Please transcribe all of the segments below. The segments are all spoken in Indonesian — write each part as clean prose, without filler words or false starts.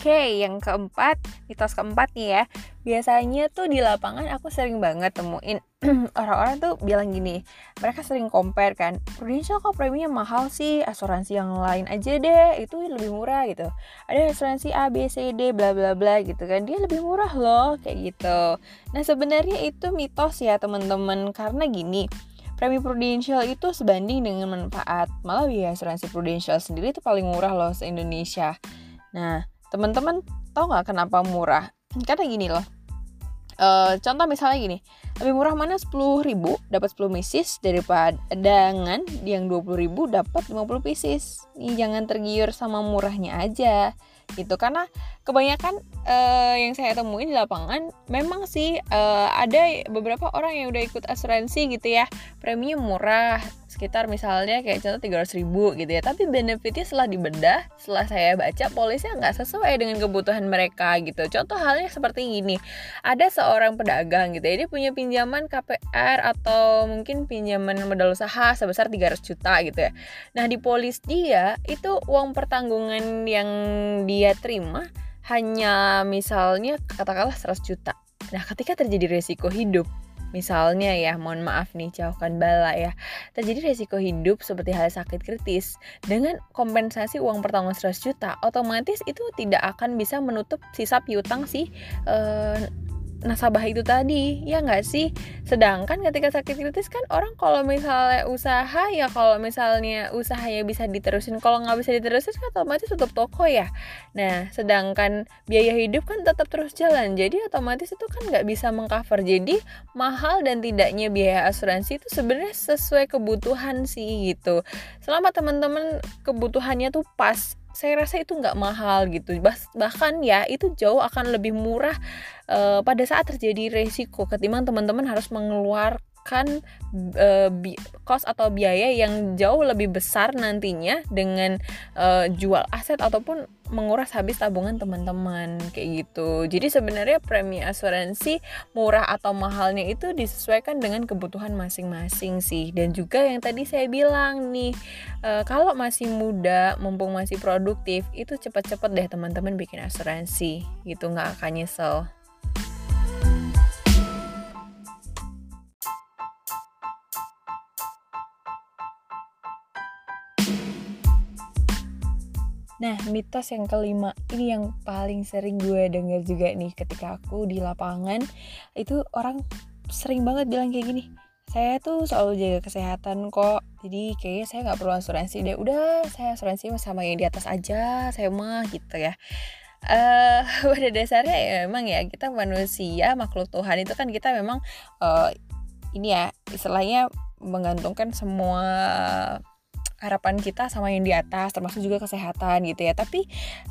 Oke, yang keempat, mitos keempat nih ya. Biasanya tuh di lapangan aku sering banget temuin orang-orang tuh bilang gini, mereka sering compare kan, Prudential kok preminya mahal sih, asuransi yang lain aja deh, itu lebih murah gitu. Ada asuransi A, B, C, D, bla bla bla gitu kan, dia lebih murah loh, kayak gitu. Nah sebenarnya itu mitos ya teman-teman, karena gini, premi Prudential itu sebanding dengan manfaat. Malah biaya asuransi Prudential sendiri itu paling murah loh se-Indonesia. Nah, teman-teman tahu nggak kenapa murah? Karena gini loh. Contoh misalnya gini, lebih murah mana 10.000 dapat 10 pieces daripada dengan yang 20.000 dapat 50 pieces. Nih jangan tergiur sama murahnya aja gitu, karena kebanyakan yang saya temuin di lapangan memang sih ada beberapa orang yang udah ikut asuransi gitu ya, premium murah sekitar misalnya kayak contoh 300.000 gitu ya, tapi benefitnya setelah dibedah, setelah saya baca polisnya nggak sesuai dengan kebutuhan mereka gitu. Contoh halnya seperti gini, ada seorang pedagang gitu ya, dia punya pinjaman KPR atau mungkin pinjaman modal usaha sebesar 300 juta gitu ya. Nah di polis dia itu uang pertanggungan yang dia terima hanya misalnya katakanlah 100 juta. Nah ketika terjadi resiko hidup, misalnya ya, mohon maaf nih, jauhkan bala ya, terjadi resiko hidup seperti hal sakit kritis, dengan kompensasi uang pertanggungan 100 juta, otomatis itu tidak akan bisa menutup sisa piutang si nasabah itu tadi, ya nggak sih? Sedangkan ketika sakit kritis kan orang kalau misalnya usaha ya, kalau misalnya usahanya bisa diterusin, kalau nggak bisa diterusin kan otomatis tutup toko ya. Nah sedangkan biaya hidup kan tetap terus jalan, jadi otomatis itu kan nggak bisa mengcover. Jadi mahal dan tidaknya biaya asuransi itu sebenarnya sesuai kebutuhan sih gitu. Selama teman-teman kebutuhannya tuh pas, saya rasa itu nggak mahal gitu. Bahkan ya itu jauh akan lebih murah pada saat terjadi resiko ketimbang teman-teman harus mengeluarkan cost atau biaya yang jauh lebih besar nantinya dengan jual aset ataupun menguras habis tabungan teman-teman kayak gitu. Jadi sebenarnya premi asuransi murah atau mahalnya itu disesuaikan dengan kebutuhan masing-masing sih. Dan juga yang tadi saya bilang nih, kalau masih muda, mumpung masih produktif, itu cepet-cepet deh teman-teman bikin asuransi gitu, nggak akan nyesel. Nah, mitos yang kelima, ini yang paling sering gue denger juga nih ketika aku di lapangan. Itu orang sering banget bilang kayak gini, saya tuh selalu jaga kesehatan kok, jadi kayaknya saya gak perlu asuransi deh. Udah, saya asuransi sama yang di atas aja, saya mah gitu ya. Pada dasarnya ya memang ya, kita manusia, makhluk Tuhan itu kan kita memang ini ya, istilahnya menggantungkan semua harapan kita sama yang di atas, termasuk juga kesehatan gitu ya. Tapi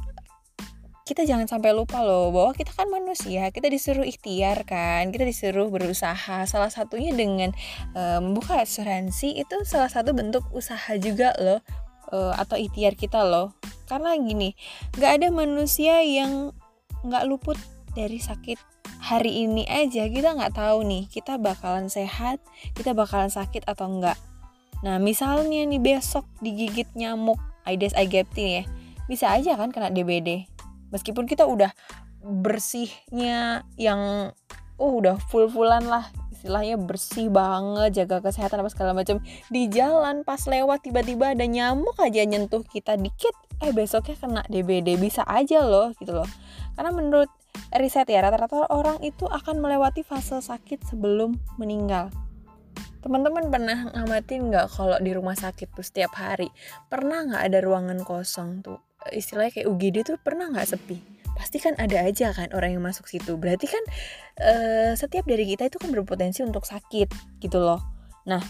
kita jangan sampai lupa loh bahwa kita kan manusia, kita disuruh ikhtiar kan, kita disuruh berusaha. Salah satunya dengan membuka asuransi, itu salah satu bentuk usaha juga loh, atau ikhtiar kita loh. Karena gini, gak ada manusia yang gak luput dari sakit. Hari ini aja kita gak tahu nih, kita bakalan sehat, kita bakalan sakit atau enggak. Nah misalnya nih besok digigit nyamuk Aedes aegypti ya, bisa aja kan kena DBD. Meskipun kita udah bersihnya yang udah full-fullan lah, istilahnya bersih banget, jaga kesehatan apa segala macam, di jalan pas lewat tiba-tiba ada nyamuk aja nyentuh kita dikit, besoknya kena DBD, bisa aja loh gitu loh. Karena menurut riset ya, rata-rata orang itu akan melewati fase sakit sebelum meninggal. Teman-teman pernah ngamatin gak kalau di rumah sakit tuh setiap hari pernah gak ada ruangan kosong tuh, istilahnya kayak UGD tuh pernah gak sepi? Pasti kan ada aja kan orang yang masuk situ. Berarti kan setiap dari kita itu kan berpotensi untuk sakit gitu loh. Nah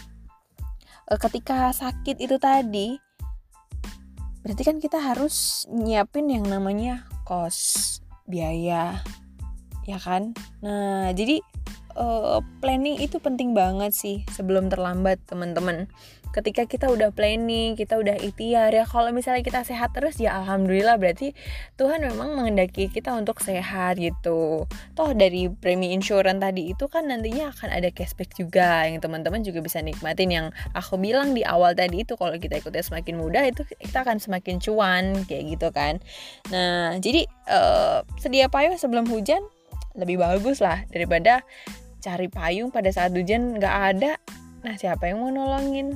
ketika sakit itu tadi, berarti kan kita harus nyiapin yang namanya kos, biaya, ya kan? Nah jadi planning itu penting banget sih sebelum terlambat, teman-teman. Ketika kita udah planning, kita udah ikhtiar ya, kalau misalnya kita sehat terus ya alhamdulillah, berarti Tuhan memang menghendaki kita untuk sehat gitu. Toh dari premi insurance tadi itu kan nantinya akan ada cashback juga yang teman-teman juga bisa nikmatin, yang aku bilang di awal tadi itu, kalau kita ikutnya semakin mudah itu kita akan semakin cuan kayak gitu kan. Nah jadi sedia payung sebelum hujan lebih bagus lah daripada cari payung pada saat hujan nggak ada. Nah siapa yang mau nolongin?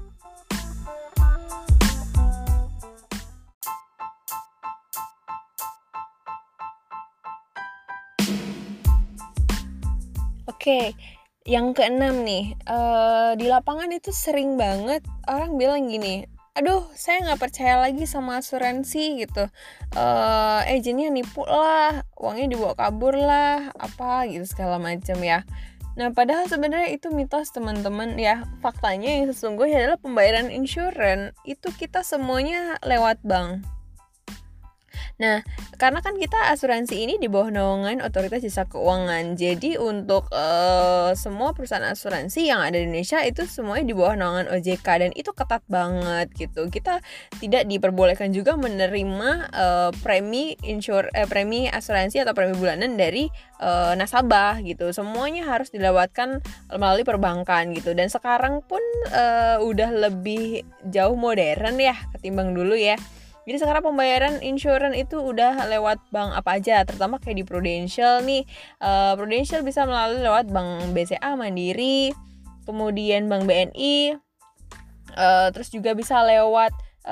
Oke, yang keenam nih, di lapangan itu sering banget orang bilang gini, aduh saya nggak percaya lagi sama asuransi gitu, agennya nipu lah, uangnya dibawa kabur lah, apa gitu segala macam ya. Nah padahal sebenarnya itu mitos, teman-teman ya. Faktanya yang sesungguhnya adalah pembayaran insurance itu kita semuanya lewat bank. Nah, karena kan kita asuransi ini di bawah naungan Otoritas Jasa Keuangan. Jadi untuk semua perusahaan asuransi yang ada di Indonesia itu semuanya di bawah naungan OJK, dan itu ketat banget gitu. Kita tidak diperbolehkan juga menerima premi asuransi atau premi bulanan dari nasabah gitu. Semuanya harus dilewatkan melalui perbankan gitu. Dan sekarang pun udah lebih jauh modern ya ketimbang dulu ya. Jadi sekarang pembayaran insurance itu udah lewat bank apa aja, terutama kayak di Prudential nih. Prudential bisa melalui lewat Bank BCA, Mandiri, kemudian Bank BNI, terus juga bisa lewat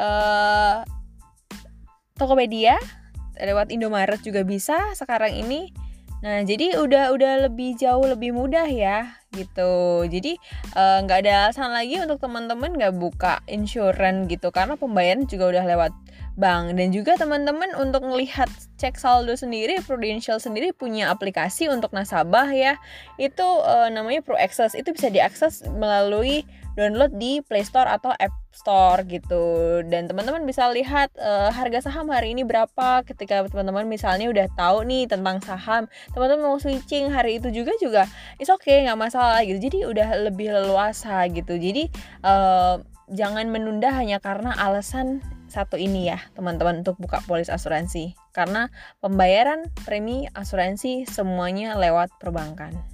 Tokopedia, lewat Indomaret juga bisa sekarang ini. Nah jadi udah lebih jauh lebih mudah ya gitu. Jadi nggak ada alasan lagi untuk teman-teman nggak buka insurance gitu, karena pembayaran juga udah lewat bank. Dan juga teman-teman untuk melihat cek saldo sendiri, Prudential sendiri punya aplikasi untuk nasabah ya. Itu namanya Pro Access. Itu bisa diakses melalui download di Play Store atau App Store gitu. Dan teman-teman bisa lihat harga saham hari ini berapa. Ketika teman-teman misalnya udah tahu nih tentang saham, teman-teman mau switching hari itu juga it's okay, nggak masalah gitu. Jadi udah lebih leluasa gitu. Jadi jangan menunda hanya karena alasan satu ini ya teman-teman untuk buka polis asuransi, karena pembayaran premi asuransi semuanya lewat perbankan.